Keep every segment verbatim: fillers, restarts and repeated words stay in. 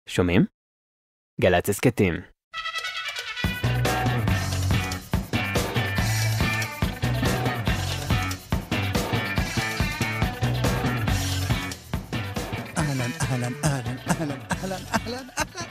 שומעים? גל"צ הסכתים. אהלן, אהלן, אהלן, אהלן, אהלן, אהלן, אהלן.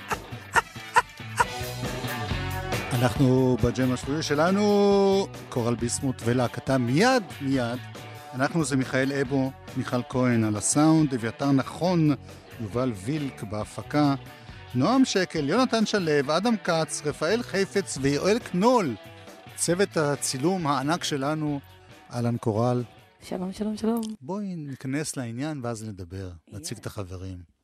אנחנו בג'ם השבועי שלנו, קורל ביסמוט ולהקתה מיד, מיד. אנחנו זה מיכאל אבו, מיכל כהן על הסאונד, אביתר נכון, יובל וילק בהפקה, נועם שקל, יונתן שלב, אדם קץ, רפאל חפץ ויואל קנול. צוות הצילום הענק שלנו, אלן קורל. שלום, שלום, שלום. בואי ניכנס לעניין ואז נדבר, נציג את החברים.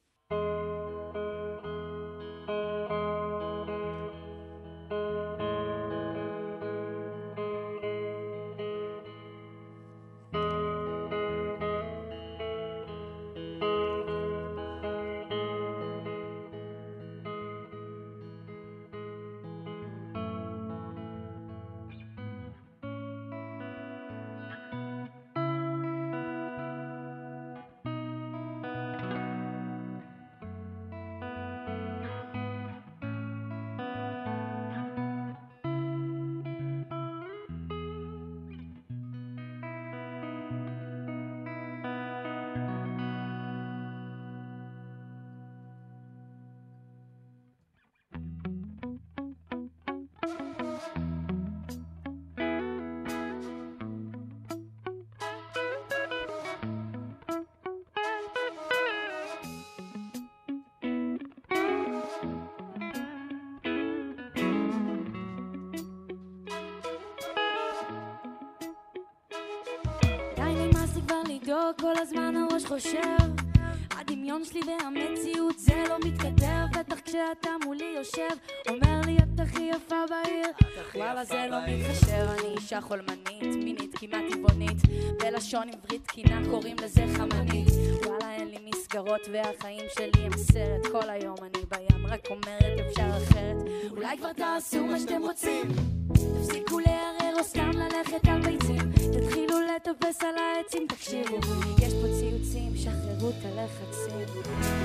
כל הזמן הראש חושב, הדמיון שלי והמציאות זה לא מתכתב, בטח כשאתה מולי יושב אומר לי את הכי יפה בעיר, וואלה זה לא מתחשר. אני אישה חולמנית, מינית כמעט טבעונית, בלשון עברית תקינה קוראים לזה חמנית. וואלה אין לי מסגרות והחיים שלי הם סרט, כל היום אני בים רק אומרת אפשר אחרת. אולי כבר תעשו מה שאתם רוצים, תפסיקו להרר או סתם ללכת על ביצים, תתחילו לטפס על העצים, תקשיבו יש פה ציוצים, שחררו את הלחצים.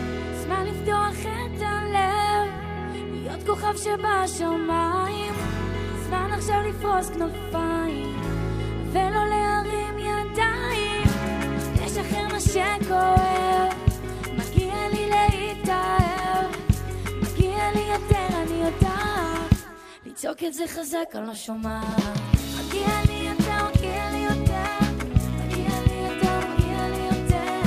זמן לפתוח את הלב, להיות כוכב שבשמיים, זמן עכשיו לפרוס כנפיים ולא להרים ידיים, לשחרר מה שכואב, מגיע לי להתאהב, מגיע לי יותר אני יודעת, לצעוק את זה חזק אני לא שומעת. מגיע לי יותר, מגיע לי יותר, מגיע לי יותר, מגיע לי יותר.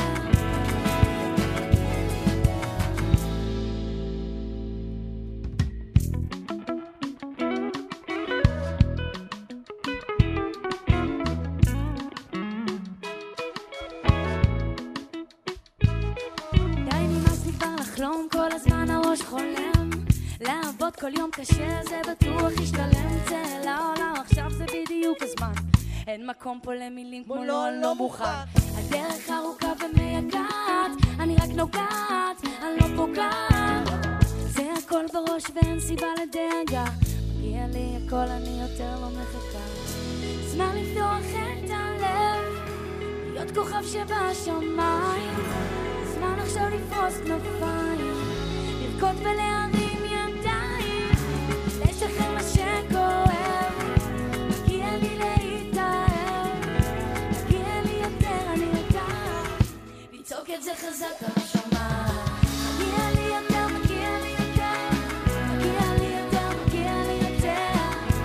די נמאס לי כבר לחלום, כל הזמן הראש חולם, לעבוד כל יום קשה זה בטוח ישתלם, צא לעולם עכשיו זה בדיוק הזמן, אין מקום פה למילים כמו לא לא מוכן. הדרך ארוכה ומייגעת, אני רק נוגעת, אני לא פוגעת, זה הכל בראש ואין סיבה לדאגה, מגיע לי הכל אני יותר לא מחכה. זמן לפתוח את הלב, להיות כוכב שבשמיים, זמן עכשיו לפרוס כנפיים, לרקוד ולהרים ידיים, לשחרר מה שכואב, מגיע לי להתאהב, מגיע לי יותר אני יודעת, לצעוק את זה חזק אני לא שומעת. מגיע לי יותר, מגיע לי יותר, מגיע לי יותר, מגיע לי יותר,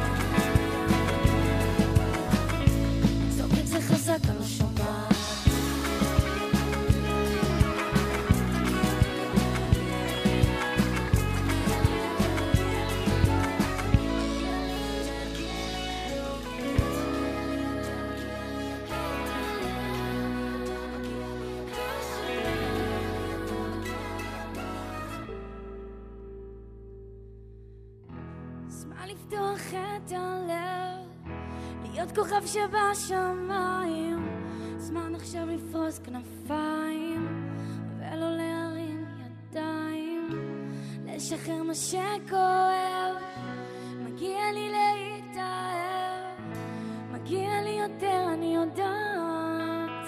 לצעוק את זה חזק אני לא שומעת. לפתוח את הלב, להיות כוכב שבשמיים, זמן עכשיו לפרוס כנפיים ולא להרים ידיים, לשחרר מה שכואב, מגיע לי להתאהב, מגיע לי יותר אני יודעת.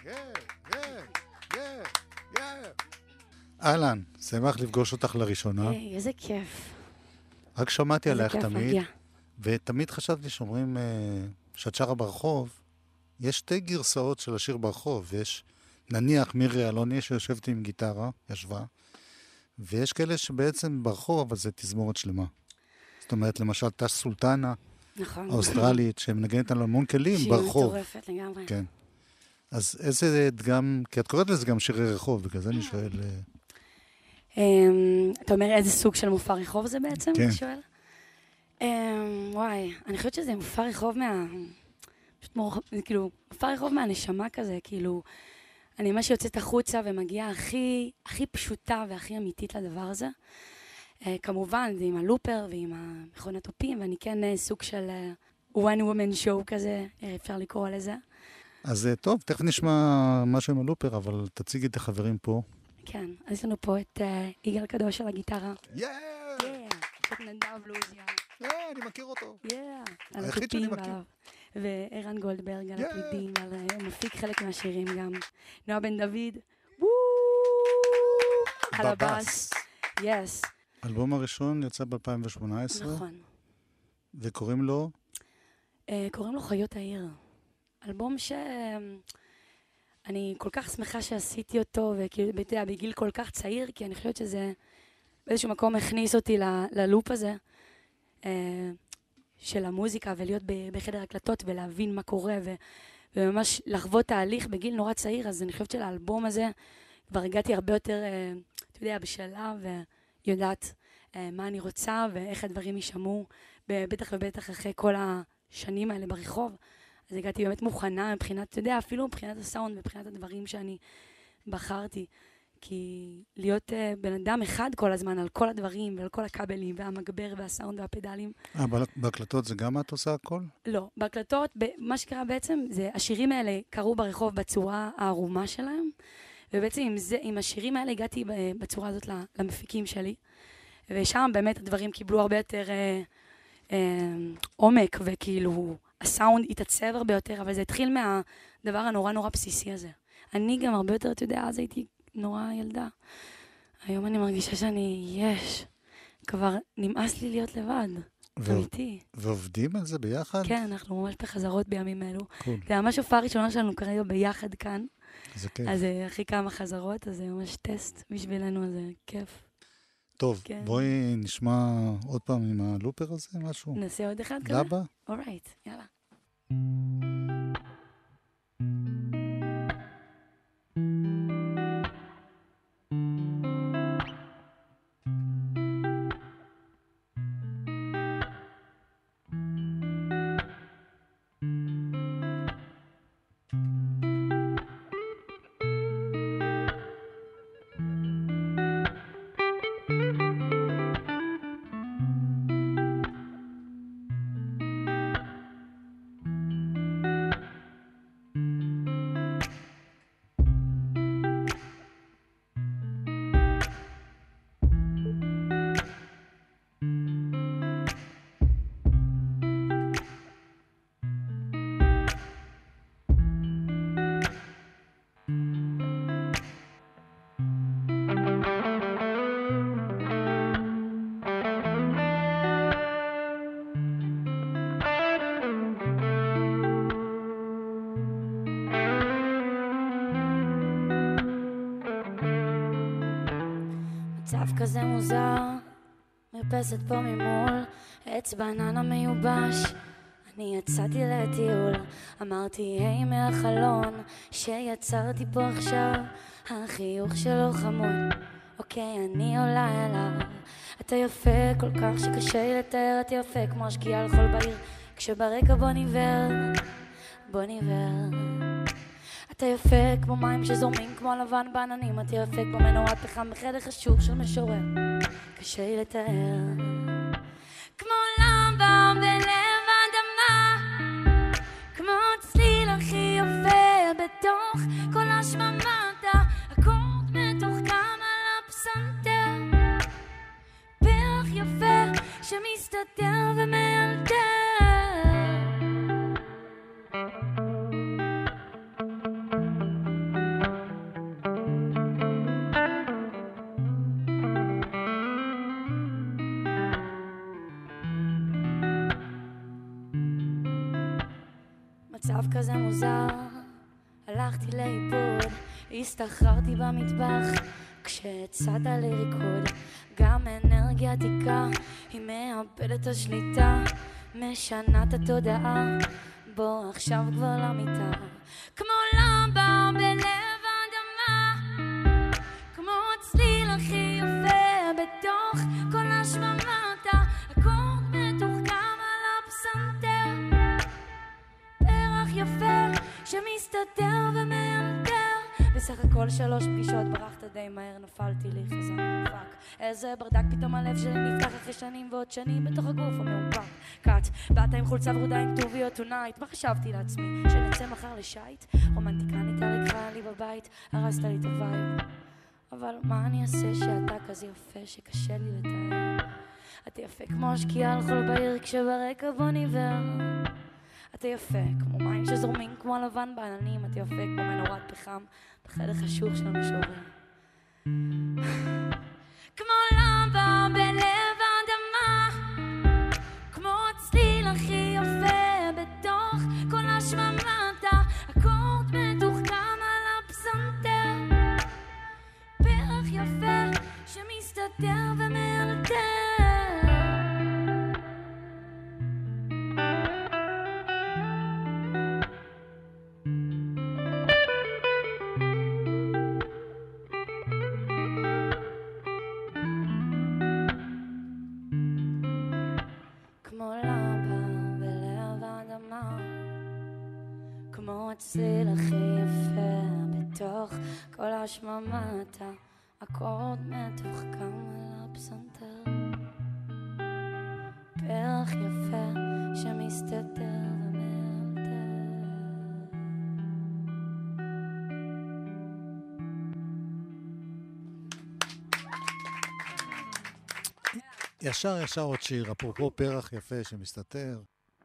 אהלן, שמח לפגוש אותך לראשונה. היי, איזה כיף. רק שמעתי איזה עליך כיף תמיד, להגיע. ותמיד חשבתי שאומרים אה, שאת שרה ברחוב, יש שתי גרסאות של השיר ברחוב, יש נניח מירי אלוני שיושבת עם גיטרה, ישבה, ויש כאלה שבעצם ברחוב, אבל זה תזמורת שלמה. זאת אומרת, למשל, טס סולטנה, נכון. האוסטרלית, שמנגנת על המון כלים ברחוב. שהיא מטורפת לגמרי. כן. אז איזה דגם, כי את קוראת לזה גם שירי רחוב, בגלל זה אני שואל... אה, אמ, אתה אומר איזה סוג של מופע רחוב זה בעצם? כן. אתה שואל? אמ, וואי, אני חושבת שזה מופע רחוב מה... פשוט מור- זה כאילו, מופע רחוב מהנשמה כזה, כאילו, אני ממש יוצאת החוצה ומגיעה הכי, הכי פשוטה והכי אמיתית לדבר הזה. אה, כמובן, זה עם הלופר ועם המכונת תופים, ואני כן אה, סוג של אה, one woman show כזה, אה, אפשר לקרוא לזה. אז אה, טוב, תכף נשמע משהו עם הלופר, אבל תציגי את החברים פה. כן, אז יש לנו פה את אה, יגאל קדוש על הגיטרה. יא! Yeah, את נדב לוזיה. יא, אני מכיר אותו. Yeah, על היחיד שאני התופים מכיר. ועליו. וערן גולדברג על Yeah. הקלידים, על אה, הוא מפיק חלק מהשירים גם. נועה בן דוד, וואו! על הבאס. יס, האלבום הראשון יצא ב-אלפיים שמונה עשרה, נכון. וקוראים לו... אה, קוראים לו חיות העיר. אלבום ש... אני כל כך שמחה שעשיתי אותו, וכאילו, אתה יודע, בגיל כל כך צעיר, כי אני חושבת שזה באיזשהו מקום הכניס אותי ל- ללופ הזה, אה, של המוזיקה, ולהיות ב- בחדר הקלטות, ולהבין מה קורה, ו- וממש לחוות תהליך בגיל נורא צעיר, אז אני חושבת שלאלבום הזה כבר הגעתי הרבה יותר, אה, אתה יודע, בשלב, ויודעת אה, מה אני רוצה, ואיך הדברים יישמעו, ב- בטח ובטח אחרי כל השנים האלה ברחוב. אז הגעתי באמת מוכנה מבחינת, אתה יודע, אפילו מבחינת הסאונד, מבחינת הדברים שאני בחרתי. כי להיות uh, בן אדם אחד כל הזמן על כל הדברים, ועל כל הכבלים, והמגבר, והסאונד, והפדלים. אה, בל- בהקלטות זה גם את עושה הכל? לא, בהקלטות, ב- מה שקרה בעצם, זה השירים האלה קרו ברחוב בצורה הערומה שלהם, ובעצם עם, זה, עם השירים האלה הגעתי ב- בצורה הזאת למפיקים שלי, ושם באמת הדברים קיבלו הרבה יותר אה, אה, עומק, וכאילו הסאונד התעצב הרבה יותר, אבל זה התחיל מהדבר הנורא נורא בסיסי הזה. אני גם הרבה יותר, אתה יודע, אז הייתי נורא ילדה. היום אני מרגישה שאני, יש, כבר נמאס לי להיות לבד. ו- אמיתי. ועובדים על זה ביחד? כן, אנחנו ממש בחזרות בימים אלו. קול. זה ממש הופעה ראשונה שלנו כרגע ביחד כאן. זה כיף. אז אה, אחרי כמה חזרות, אז זה ממש טסט בשבילנו, אז זה כיף. טוב, כן. בואי נשמע עוד פעם עם הלופר הזה משהו. נעשה עוד אחד כזה? לבה? אורייט, יאללה. מצב כזה מוזר, מרפסת פה ממול, עץ בננה מיובש. אני יצאתי לטיול, אמרתי היי מהחלון שיצרתי פה עכשיו, החיוך שלו חמוד, אוקיי אני עולה אליו. אתה יפה כל כך שקשה לי לתאר, אתה יפה כמו שקיעה על חול בעיר, כשברקע בוא ניבר, בוא ניבר. אתה יפה כמו מים שזורמים כמו לבן בעננים, אתה יפה כמו מנורת פחם בחדר חשוך של משורר, קשה לי לתאר. כמו לבה בלב אדמה, כמו צליל הכי יפה בתוך כל השממה, אתה אקורד מתוחכם על הפסנתר, פרח יפה שמסתתר ומאלתר. מצב כזה מוזר, הלכתי לאיבוד, הסתחררתי במטבח כשהצעת לי ריקוד. גם אנרגיה עתיקה היא מאבדת השליטה, משנה את התודעה, בוא עכשיו כבר למיטה. כמו למבה בלב האדמה, כמו הצליל הכי יפה בתוך כל השממתה, אקורד מתוחכם על הפסנתר, פרח יפה שמסתתר ומאלתר. בסך הכל שלוש פגישות, ברחת די מהר, נפלתי לי חזר פאק. איזה ברדק פתאום הלב שלי נפתח אחרי שנים ועוד שנים בתוך הגוף המאופק. קאט, באת עם חולצה ורודה עם טוביות טונייט, מה חשבתי לעצמי? שנצא מחר לשייט? רומנטיקנית לקחה לי בבית, הרסת לי את הווייב. אבל מה אני אעשה שאתה כזה יפה שקשה לי לתאר? אתה יפה כמו שקיעה על חול בעיר כשברקע בון עיוור. אתה יפה כמו מים שזורמים כמו לבן בעננים, אתה יפה כמו מנורת פחם בחדר חשוך של המשורר. כמו למבה בלב האדמה, כמו הצליל הכי יפה בתוך כל השממתה, אקורד מתוחכם על הפסנתר, פרח יפה שמסתתר ומאלתר. הצליל הכי יפה בתוך כל השממתה, אקורד מתוחכם על הפסנתר, פרח יפה שמסתתר ומאלתר. ישר ישר עוד שיר, אפרופו פרח יפה שמסתתר.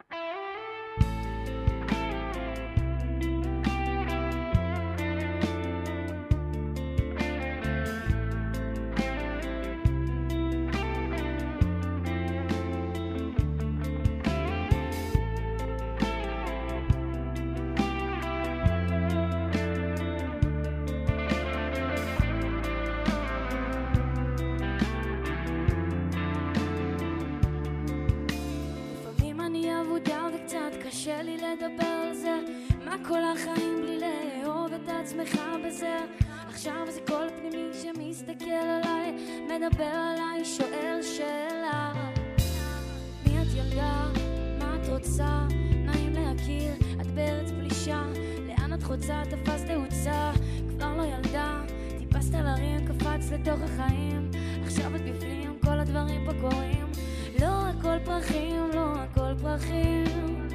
עכשיו זה כל פנימי שמסתכל עליי, מדבר עליי, שואל שאלה. מי את ילדה? מה את רוצה? נעים להכיר, את בארץ פלישה, לאן את חוצה? תפסת תאוצה, כבר לא ילדה, טיפסת להרים, קפץ לתוך החיים, עכשיו את בפנים, כל הדברים פה קורים, לא הכל פרחים, לא הכל פרחים,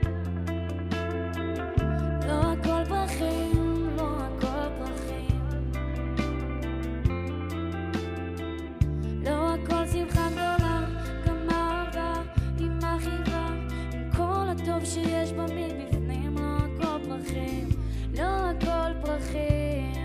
לא הכל פרחים, שמחה גדולה, גם אהבה, עם אחיבה, עם כל הטוב שיש במי בפנים, לא הכל פרחים, לא הכל פרחים.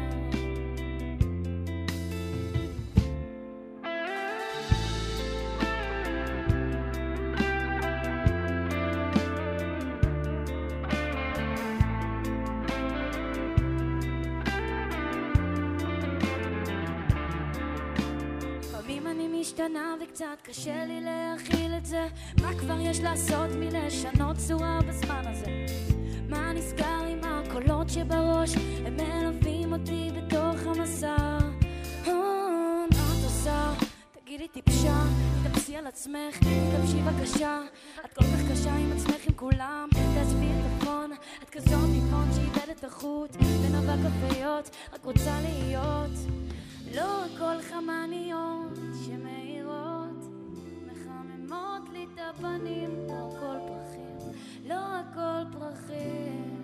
משתנה וקצת קשה לי להכיל את זה, מה כבר יש לעשות מלשנות צורה בזמן הזה? מה נסגר עם הקולות שבראש, הם מלווים אותי בתוך המסע. מה את עושה? תגידי טיפשה, תתאפסי על עצמך, תתאפשי בבקשה, את כל כך קשה עם עצמך עם כולם, תעזבי את הפון, את כזאת לימון שאיבד את החוט, בין אבק כפיות, רק רוצה להיות, לא הכל חמניות שמאירות, מחממות לי את הפנים, לא הכל פרחים, לא הכל פרחים,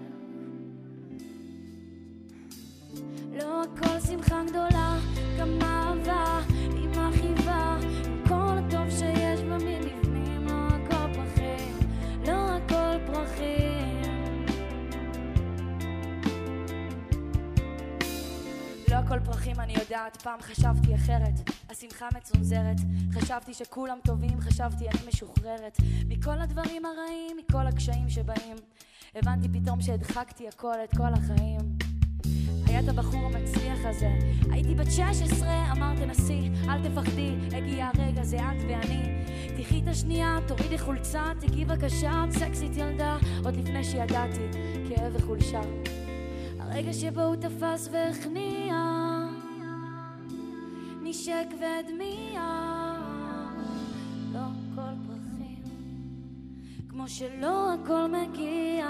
לא הכל שמחה גדולה, גם אהבה עם אחיבה, עם כל הטוב שיש במי בפנים, לא הכל פרחים, לא הכל פרחים, לא הכל פרחים. אני יודעת, פעם חשבתי אחרת, השמחה מצונזרת, חשבתי שכולם טובים, חשבתי אני משוחררת מכל הדברים הרעים, מכל הקשיים שבאים, הבנתי פתאום שהדחקתי הכל, את כל החיים. היה את הבחור המצליח הזה, הייתי בת שש עשרה, אמר תנסי, אל תפחדי, הגיע הרגע, זה את ואני. תחי את השנייה, תורידי חולצה, תגיעי בבקשה, סקסית ילדה, עוד לפני שידעתי, כאב וחולשה. הרגע שבו הוא תפס והכניע, נשק ודמיע, לא כל פרחים, כמו שלא הכל מגיע.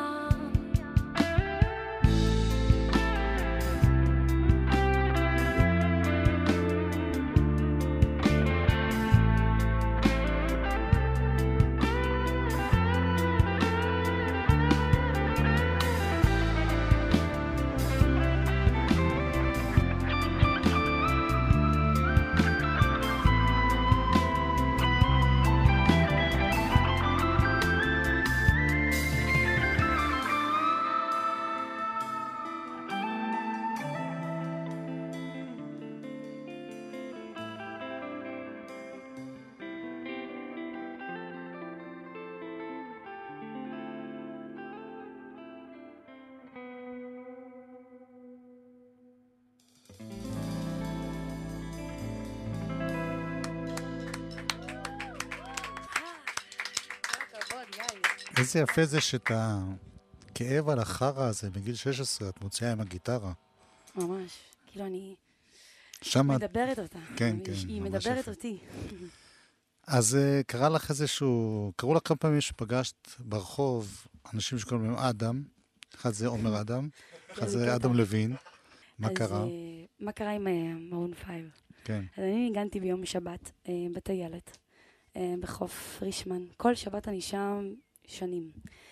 איזה יפה זה שאת הכאב על החרה הזה בגיל שש עשרה את מוציאה עם הגיטרה. ממש, כאילו אני שמה... מדברת אותה. כן, כן, היא ממש מדברת יפה. אותי. אז uh, קרה לך איזשהו... קראו לך כמה פעמים שפגשת ברחוב אנשים שקוראים להם אדם, אחד זה עומר אדם, אחד זה אדם לוין. מה קרה? אז מה קרה עם מעון פייב? כן. אז אני ניגנתי ביום שבת בטיילת, בחוף רישמן. כל שבת אני שם שנים.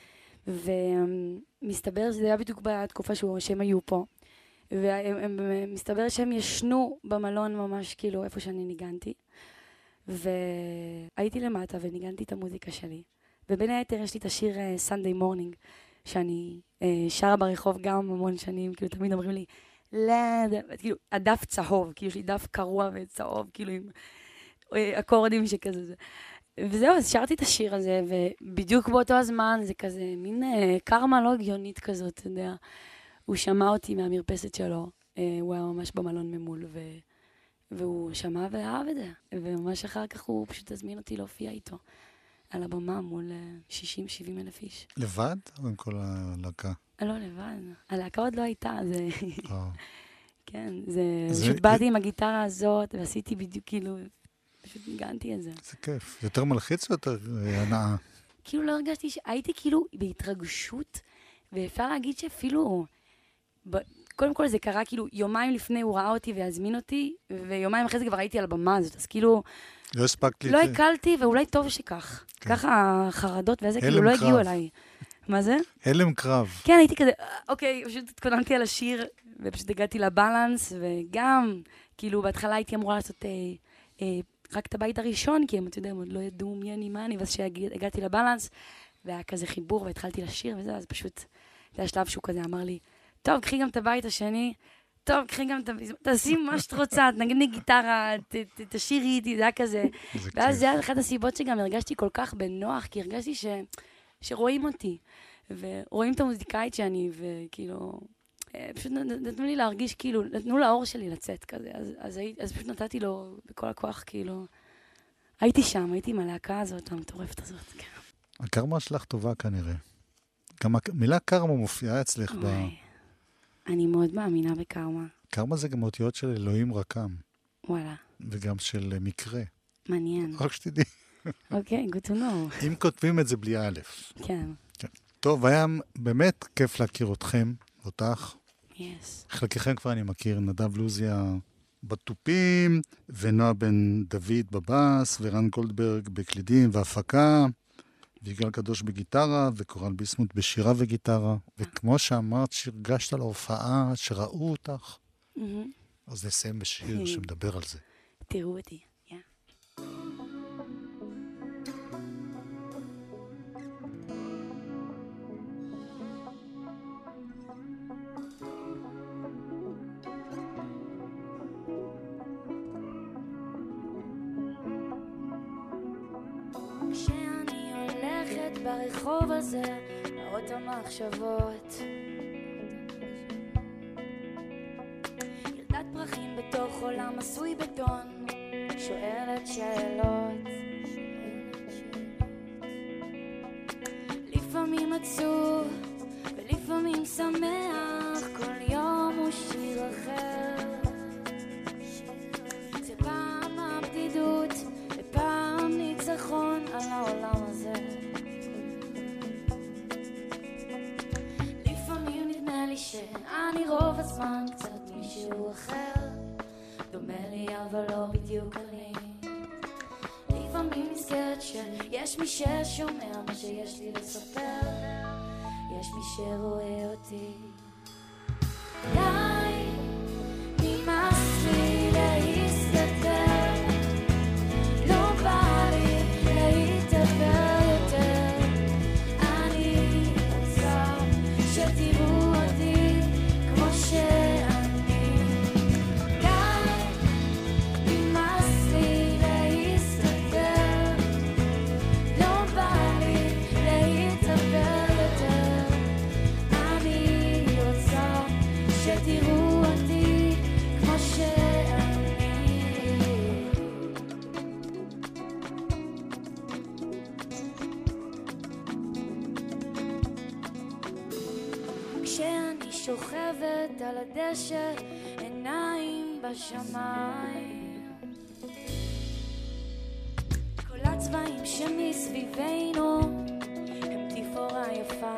ומסתבר שזה היה בדיוק בתקופה שהם היו פה. ומסתבר שהם ישנו במלון ממש כאילו איפה שאני ניגנתי. והייתי למטה וניגנתי את המוזיקה שלי. ובין היתר יש לי את השיר Sunday Morning, שאני שרה ברחוב גם המון שנים, כאילו תמיד אומרים לי, לא, כאילו הדף צהוב, כאילו יש לי דף קרוע וצהוב, כאילו עם אקורדים שכזה. וזהו, אז שרתי את השיר הזה, ובדיוק באותו הזמן זה כזה מין קרמה לא הגיונית כזאת, אתה יודע. הוא שמע אותי מהמרפסת שלו, הוא היה ממש במלון ממול, ו... והוא שמע ואהב את זה. וממש אחר כך הוא פשוט הזמין אותי להופיע איתו על הבמה מול שישים שבעים אלף איש. לבד או עם כל הלהקה? לא, לבד. הלהקה עוד לא הייתה, זה... אה. כן, זה... זה- פשוט באתי עם הגיטרה הזאת, ועשיתי בדיוק כאילו... פשוט ניגנתי את זה. זה כיף. יותר מלחיץ או יותר אה, הנאה? כאילו לא הרגשתי ש... הייתי כאילו בהתרגשות, ואפשר להגיד שאפילו... ב... קודם כל זה קרה כאילו יומיים לפני הוא ראה אותי והזמין אותי, ויומיים אחרי זה כבר הייתי על הבמה הזאת, אז כאילו... לא הספקת לי... לא את זה. הקלתי, ואולי טוב שכך. כן. ככה החרדות וזה כאילו הלם לא קרב. הגיעו אליי. מה זה? הלם קרב. כן, הייתי כזה, "אה, אוקיי, פשוט התכוננתי על השיר, ופשוט הגעתי לבלנס, וגם, כאילו, בהתחלה הייתי אמורה לעשות אה, אה, רק את הבית הראשון, כי הם, אתה יודע, הם עוד לא ידעו מי אני, מה אני, ואז שהגעתי לבלנס, והיה כזה חיבור, והתחלתי לשיר וזה, אז פשוט, זה השלב שהוא כזה אמר לי, טוב, קחי גם את הבית השני, טוב, קחי גם את הבית, תעשי מה שאת רוצה, תנגני גיטרה, ת- ת- תשירי איתי, זה היה כזה. זה ואז כיף. זה היה אחת הסיבות שגם הרגשתי כל כך בנוח, כי הרגשתי ש... שרואים אותי, ורואים את המוזיקאית שאני, וכאילו, אה, פשוט נת- נתנו לי להרגיש, כאילו, נתנו לאור שלי לצאת כזה, אז, אז, הי- אז פשוט נתתי לו בכל הכוח, כאילו, הייתי שם, הייתי עם הלהקה הזאת, המטורפת הזאת, כן. הקרמה שלך טובה כנראה. גם המילה קרמה מופיעה אצלך ב... וואי, אני מאוד מאמינה בקרמה, קרמה זה גם אותיות של אלוהים רקם, וואלה, וגם של מקרה. מעניין. רק שתדעי. אוקיי, good to know, אם כותבים את זה בלי א'. כן, טוב, היה באמת כיף להכיר אתכם, אותך. yes. חלקכם כבר אני מכיר, נדב לוזיה בתופים, ונועה בן דוד בבאס, ורן גולדברג בקלידים והפקה, ויגאל קדוש בגיטרה, וקורל ביסמוט בשירה וגיטרה. וכמו שאמרת, שהרגשת על ההופעה, שראו אותך, מהמם. אז נסיים בשיר שמדבר על זה. תראו אותי, יא. כשאני הולכת ברחוב הזה, מאות המחשבות. ילדת פרחים בתוך עולם עשוי בטון, שואלת שאלות. לפעמים עצוב ולפעמים שמח, כל יום הוא שיר אחר. זה פעם הבדידות ופעם ניצחון על העולם הזה. לפעמים נדמה לי שאני רוב הזמן קצת מישהו אחר, דומה לי אבל לא בדיוק אני. לפעמים נזכרת שיש מי ששומע מה שיש לי לספר, יש מי שרואה אותי. די, נמאס לי להסתתר, לא בא לי להתעבר יותר. אני רוצה שתראו אותי כמו שאני. די, נמאס לי להסתתר, לא בא לי להתעבר יותר. אני רוצה שתראו אותי כמו שאני. כשאני שוכבת על הדשא, עיניים בשמיים, כל הצבעים שמסביבנו הם תפאורה יפה.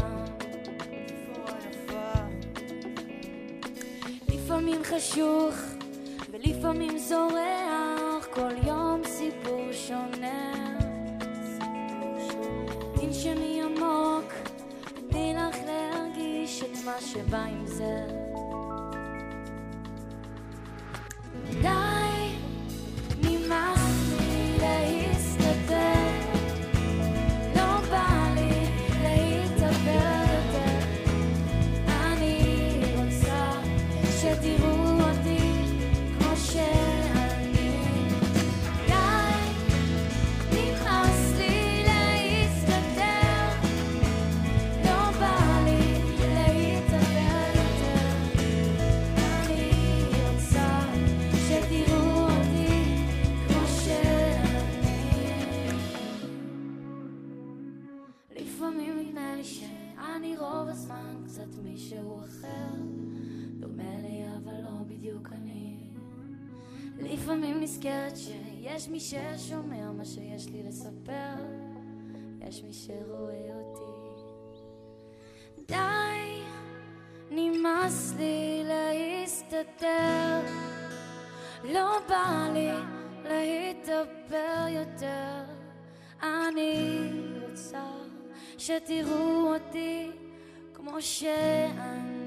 לפעמים חשוך ולפעמים זורח, כל יום סיפור שונה. תנשמי עמוק, תני לך להרגיש את מה שבא עם זה. די, נמאס לי להסתתר, לא בא לי להתעבר יותר. אני רוצה שתראו אותי כמו שאני. די, נמאס לי להסתתר, לא בא לי להתעבר יותר. אני רוצה שתראו אותי כמו שאני. לפעמים נדמה לי שאני רוב הזמן קצת מישהו אחר, דומה לי אבל לא בדיוק אני. לפעמים נזכרת שיש מי ששומע מה שיש לי לספר, יש מי שרואה אותי. די, נמאס לי להסתתר, לא בא לי להתאפר יותר. אני רוצה שתראו אותי כמו שאני.